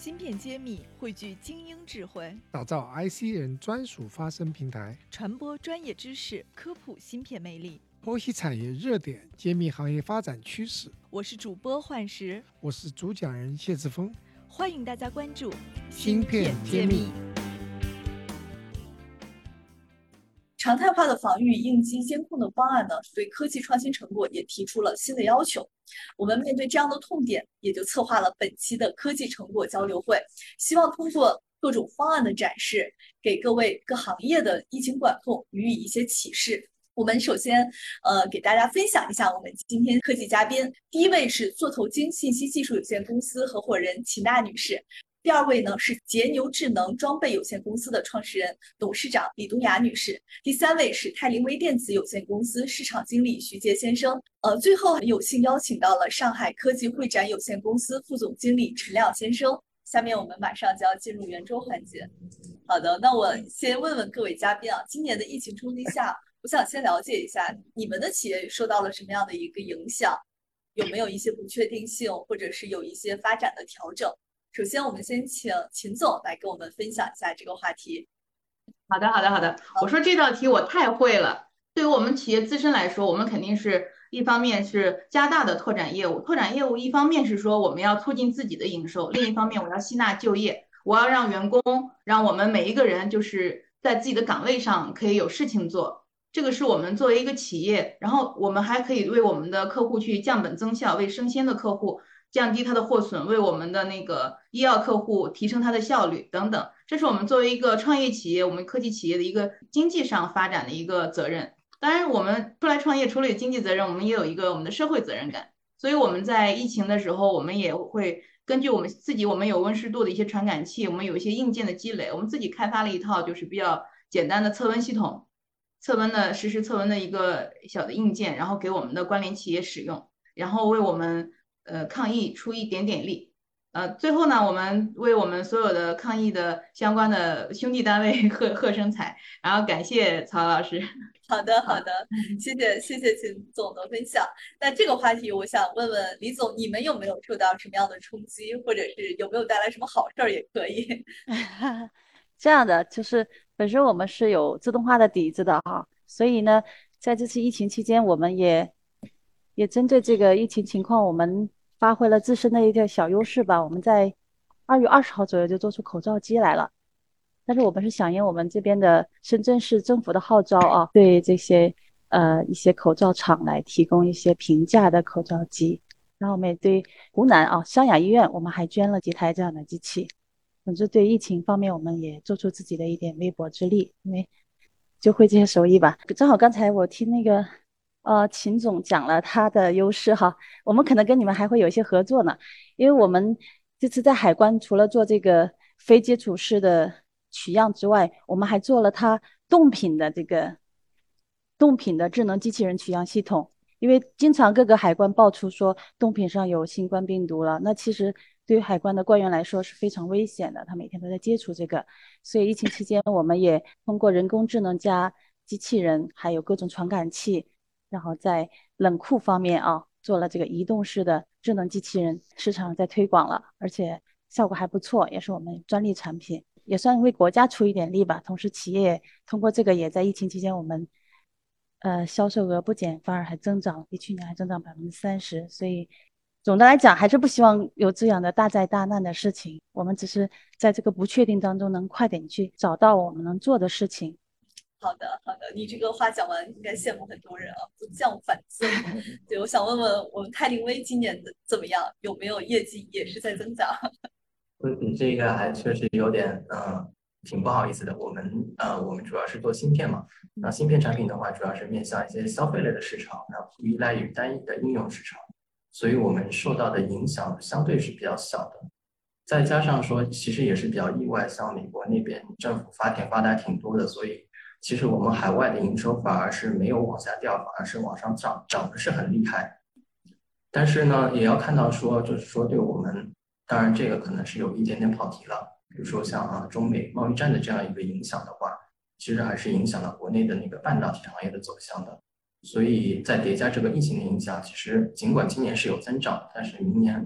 芯片揭秘，汇聚精英智慧， 打造 IC 人专属发声平台， 传播专业知识，科普芯片魅力， 剖析产业热点，揭秘行业发展趋势。 我是主播幻石， 我是主讲人谢志峰， 欢迎大家关注芯片揭秘。 常态化的防御应激监控的方案呢，对科技创新成果也提出了新的要求。我们面对这样的痛点，也就策划了本期的科技成果交流会，希望通过各种方案的展示，给各位各行业的疫情管控予以一些启示。我们首先给大家分享一下我们今天科技嘉宾，第一位是座头鲸信息技术有限公司合伙人秦娜女士。第二位呢是捷牛智能装备有限公司的创始人、董事长李东雅女士。第三位是泰林微电子有限公司市场经理徐杰先生。最后很有幸邀请到了上海科技会展有限公司副总经理陈亮先生。下面我们马上就要进入圆桌环节。好的，那我先问问各位嘉宾啊，今年的疫情冲击下，我想先了解一下你们的企业受到了什么样的一个影响，有没有一些不确定性，或者是有一些发展的调整？首先我们先请秦总来跟我们分享一下这个话题。 好的，我说这道题我太会了。对于我们企业自身来说，我们肯定是一方面是加大的拓展业务，一方面是说我们要促进自己的营收，另一方面我要吸纳就业，我要让员工，让我们每一个人就是在自己的岗位上可以有事情做。这个是我们作为一个企业，然后我们还可以为我们的客户去降本增效，为生鲜的客户降低它的货损，为我们的那个医药客户提升它的效率等等，这是我们作为一个创业企业，我们科技企业的一个经济上发展的一个责任。当然我们出来创业除了有经济责任，我们也有一个我们的社会责任感。所以我们在疫情的时候，我们也会根据我们自己，我们有温湿度的一些传感器，我们有一些硬件的积累，我们自己开发了一套就是比较简单的测温系统，实时测温的一个小的硬件，然后给我们的关联企业使用，然后为我们抗疫出一点点力。最后呢，我们为我们所有的抗疫的相关的兄弟单位贺声彩，然后感谢曹老师。 好的，谢谢秦总的分享。那这个话题我想问问李总，你们有没有受到什么样的冲击，或者是有没有带来什么好事儿也可以。 这样的，就是本身我们是有自动化的底子的哈，所以呢，在这次疫情期间，我们也针对这个疫情情况，我们发挥了自身的一个小优势吧。我们在2月20号左右就做出口罩机来了，但是我们是响应我们这边的深圳市政府的号召啊，对这些一些口罩厂来提供一些平价的口罩机。然后我们也对湖南湘雅医院，我们还捐了几台这样的机器。总之对疫情方面，我们也做出自己的一点微薄之力，因为就会这些手艺吧。正好刚才我听那个秦总讲了他的优势哈，我们可能跟你们还会有一些合作呢，因为我们这次在海关除了做这个非接触式的取样之外，我们还做了它冻品的智能机器人取样系统。因为经常各个海关爆出说冻品上有新冠病毒了，那其实对于海关的官员来说是非常危险的，他每天都在接触这个。所以疫情期间我们也通过人工智能加机器人还有各种传感器，然后在冷库方面做了这个移动式的智能机器人，市场上在推广了，而且效果还不错，也是我们专利产品，也算为国家出一点力吧。同时企业通过这个也在疫情期间我们销售额不减，反而还增长，比去年还增长30%。所以总的来讲，还是不希望有这样的大灾大难的事情。我们只是在这个不确定当中，能快点去找到我们能做的事情。 好的，你这个话讲完，应该羡慕很多人啊，不降反增。对，我想问问我们泰林微今年的怎么样，有没有业绩也是在增长？ 这个还确实有点挺不好意思的。我们主要是做芯片嘛，那芯片产品的话，主要是面向一些消费类的市场，然后不依赖于单一的应用市场，所以我们受到的影响相对是比较小的。再加上说，其实也是比较意外，像美国那边政府发的还挺多的，所以其实我们海外的营收反而是没有往下掉，反而是往上涨的是很厉害。但是呢，也要看到说，就是说对我们，当然这个可能是有一点点跑题了。比如说像中美贸易战的这样一个影响的话，其实还是影响了国内的那个半导体行业的走向的。所以在叠加这个疫情的影响，其实尽管今年是有增长，但是明年我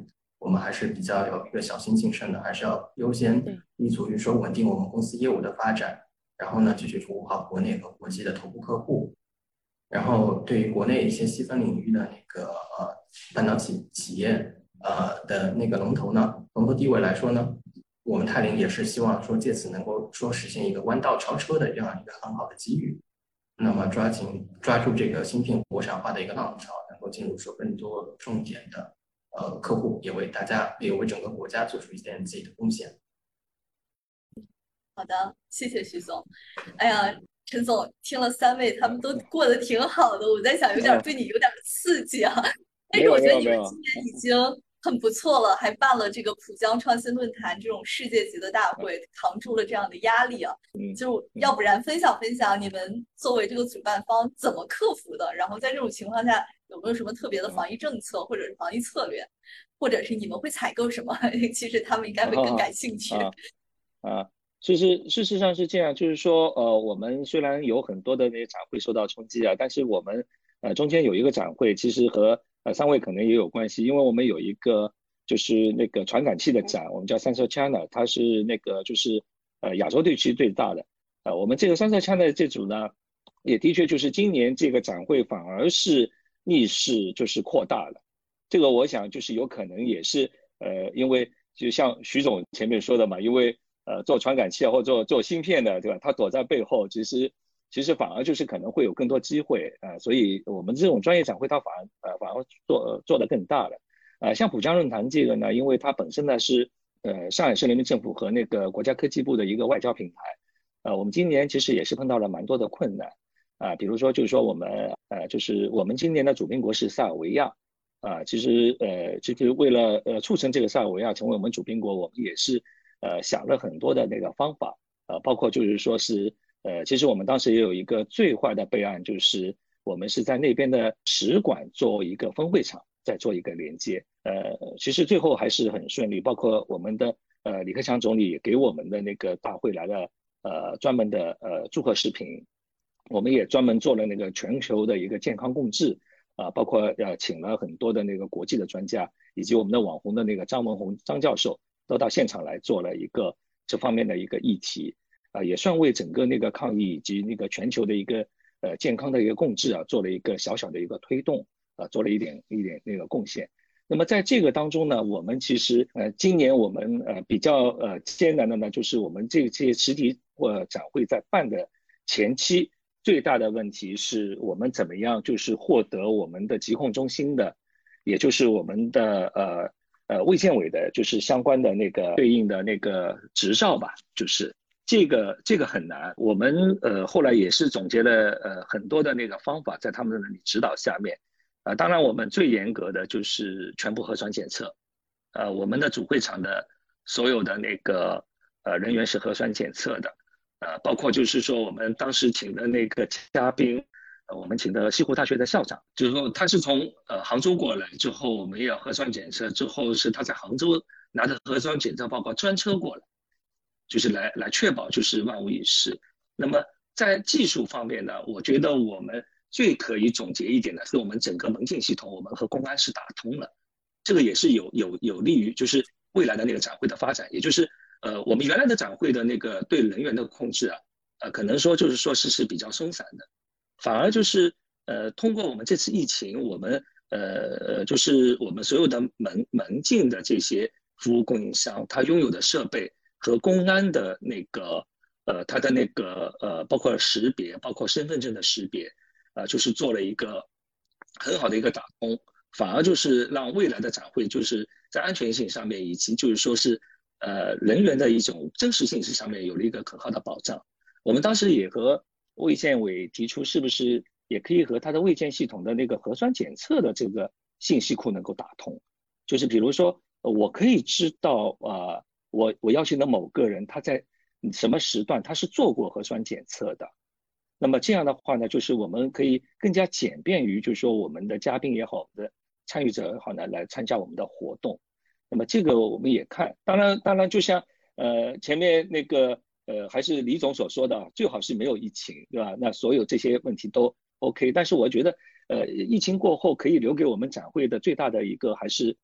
我们还是比较有一个小心谨慎的，还是要优先立足于说稳定我们公司业务的发展，然后呢继续服务好国内和国际的头部客户。然后对于国内一些细分领域的那个半导体企业的那个龙头地位来说呢，我们泰林也是希望说借此能够说实现一个弯道超车的这样一个很好的机遇。那么抓住这个芯片国产化的一个浪潮，能够进入说更多重点的客户，也为整个国家做出一点自己的贡献。 好的，谢谢徐总。哎呀，陈总，听了3位，他们都过得挺好的，我在想对你有点刺激啊。但是我觉得你们今年已经很不错了，还办了这个浦江创新论坛这种世界级的大会，扛住了这样的压力啊。就要不然分享你们作为这个主办方怎么克服的，然后在这种情况下有没有什么特别的防疫政策或者是防疫策略，或者是你们会采购什么？其实他们应该会更感兴趣。 事实上是这样，就是说我们虽然有很多的那些展会受到冲击啊，但是我们中间有一个展会其实和3位可能也有关系，因为我们有一个就是那个传感器的展，我们叫Sensor China，它是那个就是亚洲地区最大的。我们这个Sensor China这组呢，也的确就是今年这个展会反而是逆势就是扩大了。这个我想就是有可能也是因为就像徐总前面说的嘛，因为做传感器或者做芯片的，对吧？他躲在背后，其实反而就是可能会有更多机会所以我们这种专业展会它反而做得更大了像浦江论坛这个呢，因为它本身呢是上海市人民政府和那个国家科技部的一个外交平台我们今年其实也是碰到了蛮多的困难比如说就是说我们今年的主宾国是塞尔维亚其实为了促成这个塞尔维亚成为我们主宾国，我们也是想了很多的那个方法包括就是说是其实我们当时也有一个最坏的备案，就是我们是在那边的使馆做一个分会场，再做一个连接其实最后还是很顺利，包括我们的李克强总理也给我们的那个大会来了专门的祝贺视频，我们也专门做了那个全球的一个健康共治包括请了很多的那个国际的专家，以及我们的网红的那个张文宏张教授都到现场来做了一个这方面的一个议题也算为整个那个抗疫以及那个全球的一个健康的一个共治做了一个小小的一个推动做了一点那个贡献。那么在这个当中呢，我们其实今年我们比较艰难的呢，就是我们这些实体展会在办的前期最大的问题是我们怎么样就是获得我们的疾控中心的，也就是我们的卫健委的就是相关的那个对应的那个执照吧，就是这个很难。我们后来也是总结了很多的那个方法，在他们的指导下面当然我们最严格的就是全部核酸检测我们的主会场的所有的那个人员是核酸检测的包括就是说我们当时请的那个嘉宾我们请的西湖大学的校长，就是说他是从杭州过来之后，我们也要核酸检测，之后是他在杭州拿着核酸检测报告专车过来，就是来确保就是万无一失。那么在技术方面呢，我觉得我们最可以总结一点的是我们整个门禁系统我们和公安是打通了，这个也是有利于就是未来的那个展会的发展，也就是我们原来的展会的那个对人员的控制可能说就是说是比较松散的，反而就是通过我们这次疫情，我们就是我们所有的门禁的这些服务供应商，他拥有的设备和公安的那个他的那个包括识别，包括身份证的识别就是做了一个很好的一个打通，反而就是让未来的展会就是在安全性上面以及就是说是人员的一种真实性上面有了一个很好的保障。我们当时也和卫健委提出是不是也可以和他的卫健系统的那个核酸检测的这个信息库能够打通，就是比如说我可以知道我邀请的某个人他在什么时段他是做过核酸检测的，那么这样的话呢，就是我们可以更加简便于就是说我们的嘉宾也好，我们的参与者也好呢来参加我们的活动。那么这个我们也看，当然就像前面那个还是李总所说的，最好是没有疫情，对吧？那所有这些问题都 OK。但是我觉得疫情过后可以留给我们展会的最大的一个还是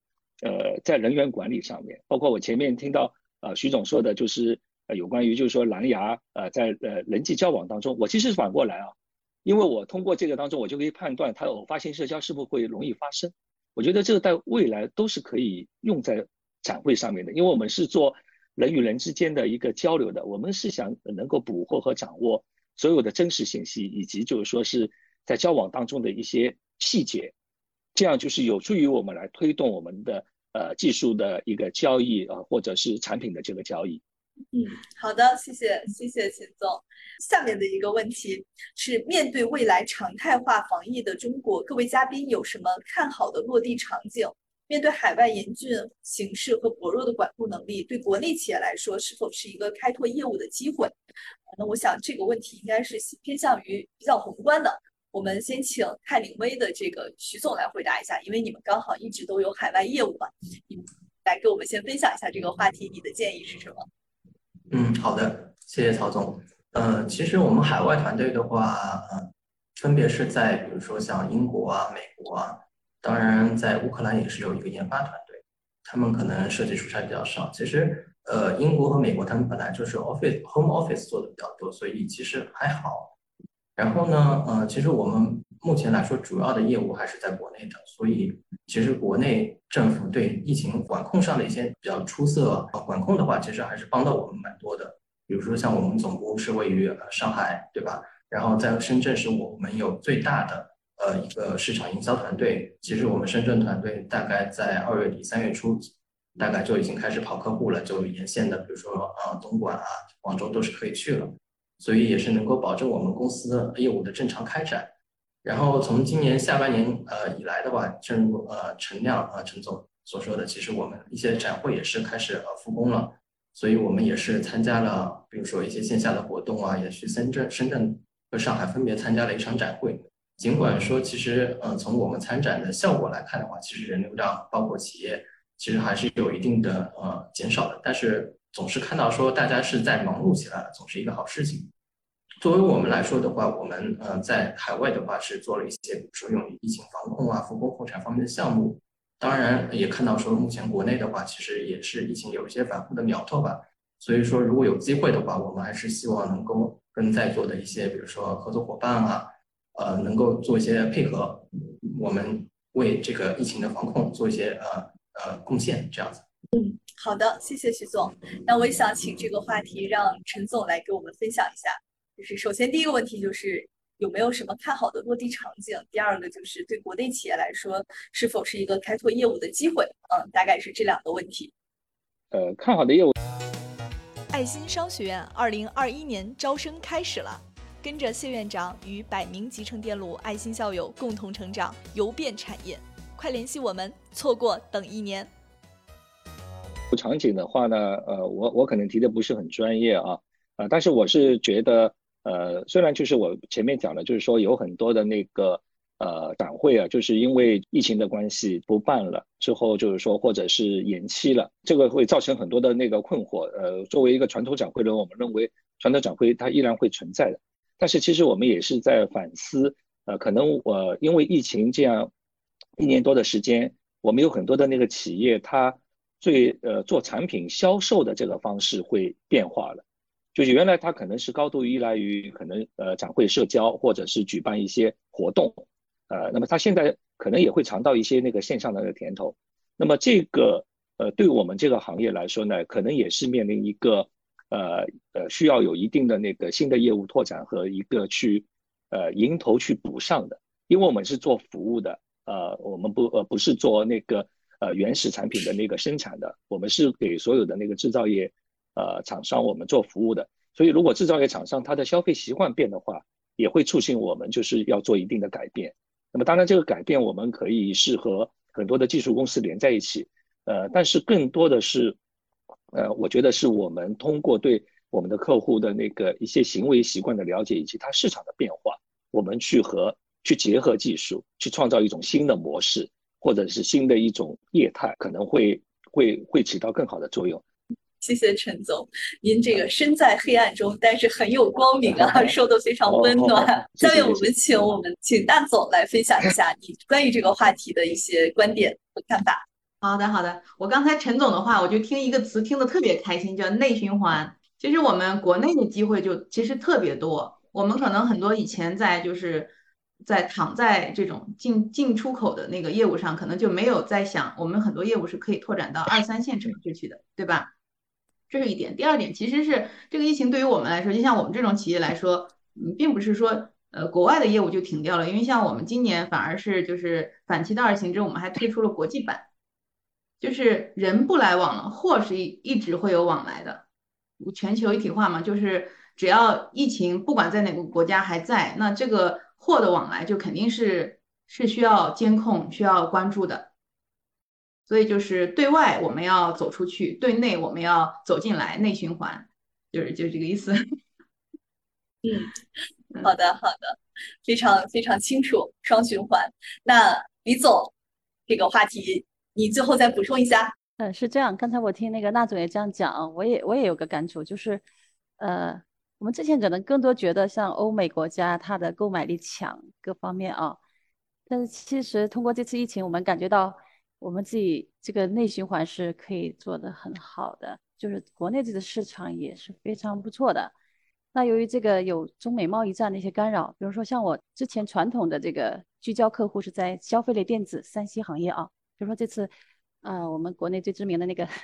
在人员管理上面，包括我前面听到徐总说的，就是有关于就是说蓝牙在人际交往当中，我其实反过来啊，因为我通过这个当中，我就可以判断它偶发性社交是不是会容易发生。我觉得这个在未来都是可以用在展会上面的，因为我们是做人与人之间的一个交流的，我们是想能够捕获和掌握所有的真实信息，以及就是说是在交往当中的一些细节，这样就是有助于我们来推动我们的技术的一个交易或者是产品的这个交易。 好的，谢谢秦总。下面的一个问题是，面对未来常态化防疫的中国，各位嘉宾有什么看好的落地场景？面对海外严峻形势和薄弱的管控能力，对国内企业来说是否是一个开拓业务的机会？那我想这个问题应该是偏向于比较宏观的。我们先请泰领威的这个徐总来回答一下，因为你们刚好一直都有海外业务嘛，你来给我们先分享一下这个话题，你的建议是什么？ 好的，谢谢曹总。其实我们海外团队的话，分别是在比如说像英国啊、美国啊，当然在乌克兰也是有一个研发团队，他们可能设计出差比较少。其实英国和美国他们本来就是 home office 做的比较多，所以其实还好。然后呢，其实我们目前来说主要的业务还是在国内的，所以其实国内政府对疫情管控上的一些比较出色管控的话，其实还是帮到我们蛮多的。比如说像我们总部是位于上海，对吧？然后在深圳是我们有最大的一个市场营销团队。其实我们深圳团队大概在2月底3月初，大概就已经开始跑客户了，就沿线的，比如说东莞啊、广州都是可以去了。所以也是能够保证我们公司业务的正常开展。然后从今年下半年以来的话，正如陈总所说的，其实我们一些展会也是开始复工了，所以我们也是参加了，比如说一些线下的活动啊，也去深圳和上海分别参加了一场展会。尽管说其实从我们参展的效果来看的话，其实人流量包括企业其实还是有一定的减少的，但是总是看到说大家是在忙碌起来了，总是一个好事情。作为我们来说的话，我们在海外的话是做了一些，比如说用于疫情防控啊、复工复产方面的项目。当然也看到说，目前国内的话，其实也是疫情有一些反复的苗头吧。所以说，如果有机会的话，我们还是希望能够跟在座的一些，比如说合作伙伴啊，能够做一些配合，我们为这个疫情的防控做一些贡献，这样子。 好的，谢谢徐总。那我也想请这个话题让陈总来给我们分享一下。就是首先第一个问题就是有没有什么看好的落地场景？第二个就是对国内企业来说是否是一个开拓业务的机会？大概是这两个问题。 看好的业务。 爱心商学院2021年招生开始了，跟着谢院长与100名集成电路爱心校友共同成长，游遍产业。快联系我们，错过等1年。 场景的话呢，我可能提的不是很专业啊，但是我是觉得，虽然就是我前面讲的，就是说有很多的那个展会啊，就是因为疫情的关系不办了之后，就是说或者是延期了，这个会造成很多的那个困惑。作为一个传统展会呢，我们认为传统展会它依然会存在的，但是其实我们也是在反思，可能因为疫情这样1年多的时间，我们有很多的那个企业它做产品销售的这个方式会变化了，就是原来它可能是高度依赖于可能展会社交或者是举办一些活动，那么它现在可能也会尝到一些那个线上的那个甜头。那么这个对我们这个行业来说呢，可能也是面临一个需要有一定的那个新的业务拓展和一个去迎头去补上的，因为我们是做服务的，我们不是做那个原始产品的那个生产的，我们是给所有的那个制造业厂商我们做服务的。所以如果制造业厂商它的消费习惯变的话，也会促进我们就是要做一定的改变。那么当然这个改变我们可以是和很多的技术公司连在一起，但是更多的是我觉得是我们通过对我们的客户的那个一些行为习惯的了解以及它市场的变化，我们去结合技术去创造一种新的模式或者是新的一种业态，可能会起到更好的作用。 谢谢陈总，您这个身在黑暗中，但是很有光明啊，说得非常温暖。下面我们请大总来分享一下你关于这个话题的一些观点和看法。 好的，好的。我刚才陈总的话，我就听一个词听得特别开心，叫内循环。其实我们国内的机会就其实特别多，我们可能很多以前在躺在这种进出口的那个业务上，可能就没有在想，我们很多业务是可以拓展到2、3线城市去的，对吧？这是一点。第二点，其实是这个疫情对于我们来说，就像我们这种企业来说，并不是说国外的业务就停掉了，因为像我们今年反而是就是反其道而行之，我们还推出了国际版。就是人不来往了，货是一直会有往来的。全球一体化嘛，就是只要疫情不管在哪个国家还在，那这个货的往来就肯定是需要监控、需要关注的。所以就是对外我们要走出去，对内我们要走进来，内循环，就是这个意思。 好的，好的，非常非常清楚，双循环。那李总，这个话题你最后再补充一下。 是这样。刚才我听那个纳总也这样讲，我也有个感触，就是我们之前可能更多觉得像欧美国家它的购买力强，各方面啊，但是其实通过这次疫情，我们感觉到我们自己这个内循环是可以做得很好的，就是国内这个市场也是非常不错的。那由于这个有中美贸易战的一些干扰，比如说像我之前传统的这个聚焦客户是在消费类电子3C 行业啊，比如说这次我们国内最知名的那个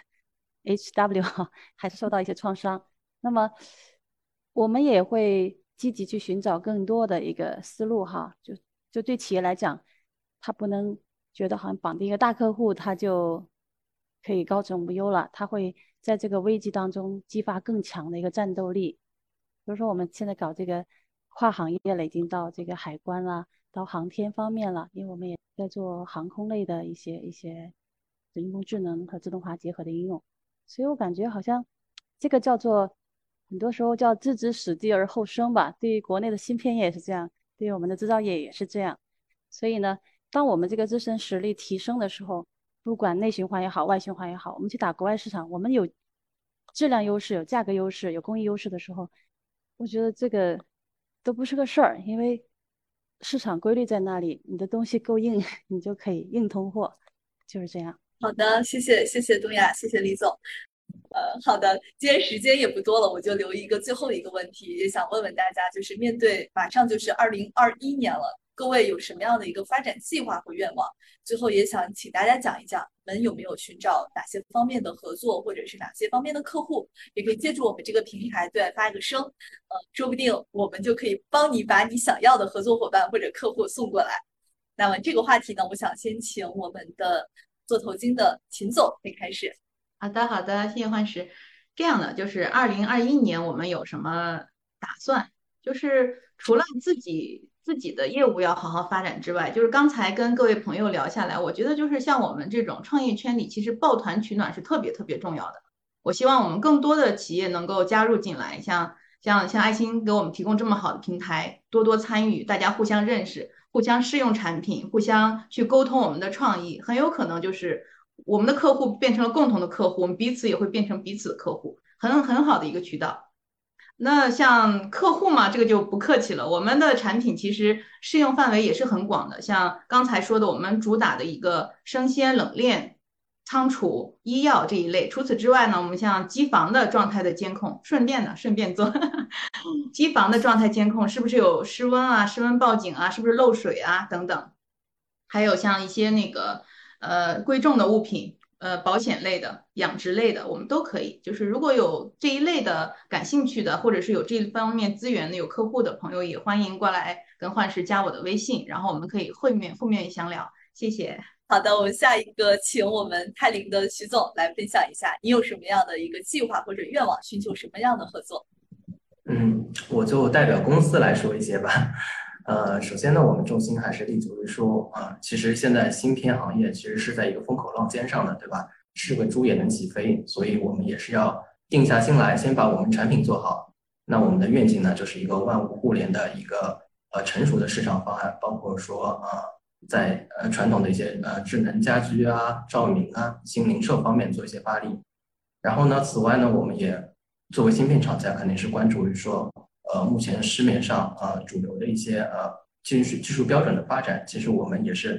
HW 还是受到一些创伤。那么我们也会积极去寻找更多的一个思路哈，就对企业来讲，他不能觉得好像绑定一个大客户，他就可以高枕无忧了，他会在这个危机当中激发更强的一个战斗力。比如说我们现在搞这个跨行业了，已经到这个海关啦，到航天方面了，因为我们也在做航空类的一些人工智能和自动化结合的应用，所以我感觉好像这个叫做很多时候叫置之死地而后生吧。对于国内的芯片业也是这样，对于我们的制造业也是这样。所以呢，当我们这个自身实力提升的时候，不管内循环也好，外循环也好，我们去打国外市场，我们有质量优势、有价格优势、有工艺优势的时候，我觉得这个都不是个事儿，因为市场规律在那里，你的东西够硬，你就可以硬通货，就是这样。 好的，谢谢谢谢东亚，谢谢李总。好的，既然时间也不多了，我就留一个最后的一个问题，也想问问大家，就是面对马上就是2021年了，各位有什么样的一个发展计划和愿望？最后也想请大家讲一讲，你们有没有寻找哪些方面的合作，或者是哪些方面的客户，也可以借助我们这个平台对外发一个声，说不定我们就可以帮你把你想要的合作伙伴或者客户送过来。那么这个话题呢，我想先请我们的做头巾的秦总可以开始。 好的，好的，谢谢幻石。这样的就是2021年我们有什么打算？就是除了自己的业务要好好发展之外，就是刚才跟各位朋友聊下来，我觉得就是像我们这种创业圈里，其实抱团取暖是特别特别重要的。我希望我们更多的企业能够加入进来，像爱心给我们提供这么好的平台，多多参与，大家互相认识，互相试用产品，互相去沟通我们的创意，很有可能就是我们的客户变成了共同的客户，我们彼此也会变成彼此的客户，很好的一个渠道。那像客户嘛，这个就不客气了。我们的产品其实适用范围也是很广的，像刚才说的，我们主打的一个生鲜冷链、仓储、医药这一类。除此之外呢，我们像机房的状态的监控，顺便做机房的状态监控，是不是有失温啊、失温报警啊，是不是漏水啊等等。还有像一些那个贵重的物品。保险类的、养殖类的，我们都可以。就是如果有这一类的感兴趣的，或者是有这方面资源的、有客户的朋友，也欢迎过来跟幻石加我的微信，然后我们可以会面详聊。谢谢。 好的，我们下一个请我们泰林的徐总来分享一下，你有什么样的一个计划或者愿望，寻求什么样的合作？ 我就代表公司来说一些吧。首先呢，我们重心还是立足于说，其实现在芯片行业其实是在一个风口浪尖上的，对吧？是个猪也能起飞，所以我们也是要定下心来，先把我们产品做好。那我们的愿景呢，就是一个万物互联的一个成熟的市场方案，包括说在传统的一些智能家居啊、照明啊、新零售方面做一些发力。然后呢，此外呢，我们也作为芯片厂家，肯定是关注于说。目前市面上主流的一些技术标准的发展，其实我们也是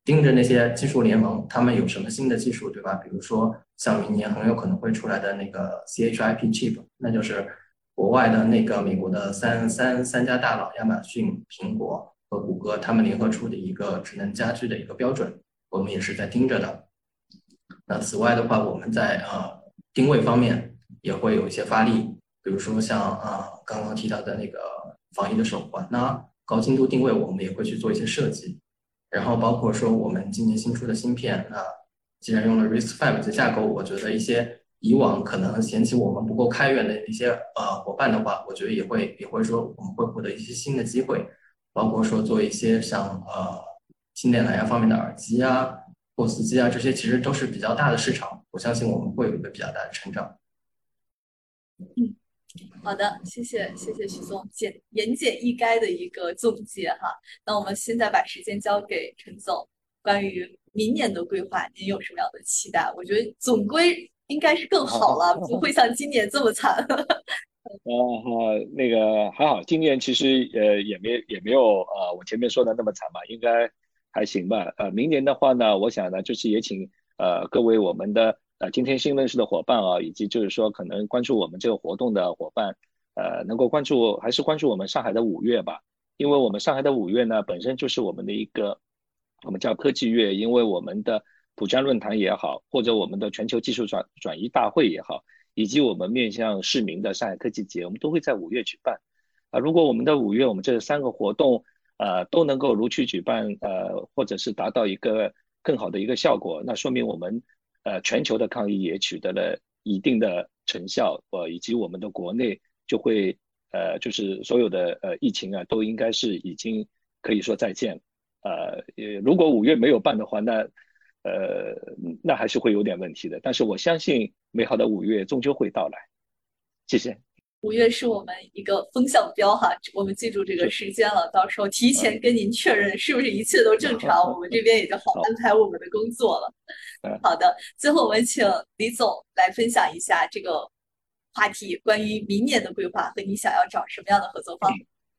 盯着那些技术联盟，他们有什么新的技术，对吧？比如说像明年很有可能会出来的那个 CHIP chip，那就是国外的那个美国的三家大佬，亚马逊、苹果和谷歌，他们联合出的一个智能家居的一个标准，我们也是在盯着的。那此外的话，我们在定位方面也会有一些发力，比如说像刚刚提到的那个防疫的手环呐，高精度定位我们也会去做一些设计。然后包括说我们今年新出的芯片，那既然用了 RISC-V 的架构，我觉得一些以往可能嫌弃我们不够开源的一些伙伴的话，我觉得也会说我们会获得一些新的机会，包括说做一些像新电蓝牙方面的耳机啊、POS 机啊，这些其实都是比较大的市场，我相信我们会有一个比较大的成长。 好的，谢谢徐总言简意赅的一个总结哈。那我们现在把时间交给陈总，关于明年的规划，您有什么样的期待？我觉得总归应该是更好了，不会像今年这么惨。 那个还好，今年其实也没有我前面说的那么惨吧，应该还行吧。明年的话呢，我想呢就是也请各位我们的今天新认识的伙伴啊，以及就是说可能关注我们这个活动的伙伴，能够还是关注我们上海的5月吧，因为我们上海的5月呢本身就是我们的一个我们叫科技月，因为我们的浦江论坛也好，或者我们的全球技术转移大会也好。以及我们面向市民的上海科技节，我们都会在5月举办。如果我们的5月，我们这3个活动，都能够如期举办，或者是达到一个更好的一个效果，那说明我们全球的抗疫也取得了一定的成效，以及我们的国内就会就是所有的疫情啊，都应该是已经可以说再见。如果5月没有办的话，那还是会有点问题的。但是我相信美好的5月终究会到来。谢谢。 5月是我们一个风向标哈，我们记住这个时间了，到时候提前跟您确认是不是一切都正常，我们这边也就好安排我们的工作了。好的，最后我们请李总来分享一下这个话题，关于明年的规划和你想要找什么样的合作方。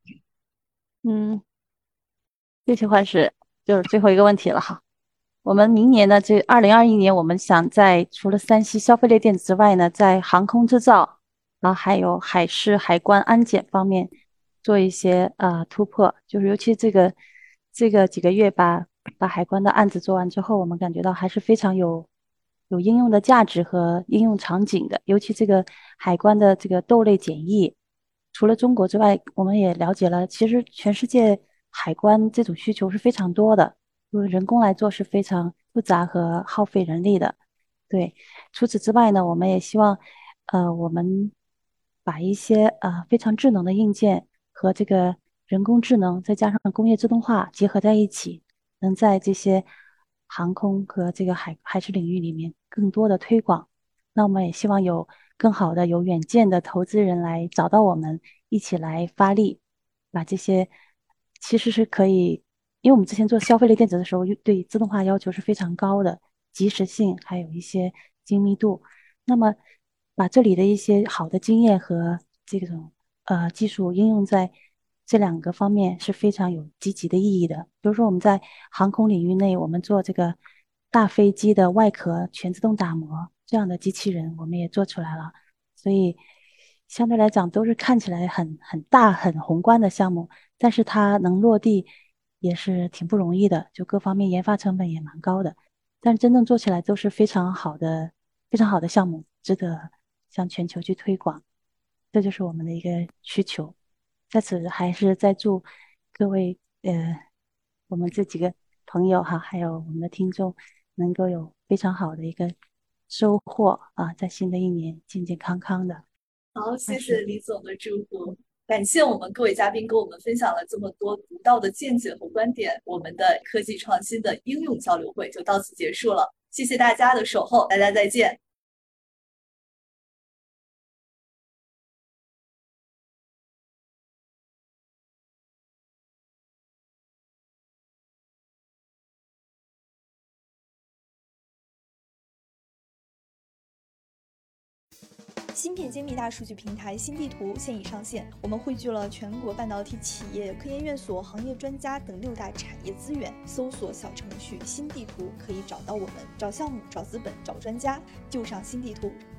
谢谢幻师，就是最后一个问题了哈。我们明年呢，这2021年，我们想在除了3C消费类电子之外呢，在航空制造，然后还有海事、海关、安检方面做一些突破。就是尤其这个几个月把海关的案子做完之后，我们感觉到还是非常有应用的价值和应用场景的。尤其这个海关的这个豆类检疫，除了中国之外，我们也了解了，其实全世界海关这种需求是非常多的。就是人工来做是非常复杂和耗费人力的。对，除此之外呢，我们也希望，我们把一些非常智能的硬件和这个人工智能，再加上工业自动化结合在一起，能在这些航空和这个海事领域里面更多的推广。那我们也希望有更好的有远见的投资人来找到我们，一起来发力，把这些其实是可以。因为我们之前做消费类电子的时候，对自动化要求是非常高的，及时性还有一些精密度。那么，把这里的一些好的经验和这种技术应用在这2个方面是非常有积极的意义的。比如说，我们在航空领域内，我们做这个大飞机的外壳全自动打磨这样的机器人，我们也做出来了。所以，相对来讲都是看起来很大、很宏观的项目，但是它能落地。也是挺不容易的，就各方面研发成本也蛮高的，但是真正做起来都是非常好的、非常好的项目，值得向全球去推广。这就是我们的一个需求。在此还是再祝各位我们这几个朋友哈，还有我们的听众，能够有非常好的一个收获啊，在新的一年健健康康的。 好，谢谢李总的祝福。感谢我们各位嘉宾跟我们分享了这么多独到的见解和观点，我们的科技创新的应用交流会就到此结束了。谢谢大家的守候，大家再见。 芯片揭秘大数据平台新地图现已上线，我们汇聚了全国半导体企业、科研院所、行业专家等6大产业资源。搜索小程序新地图可以找到我们，找项目、找资本、找专家，就上新地图。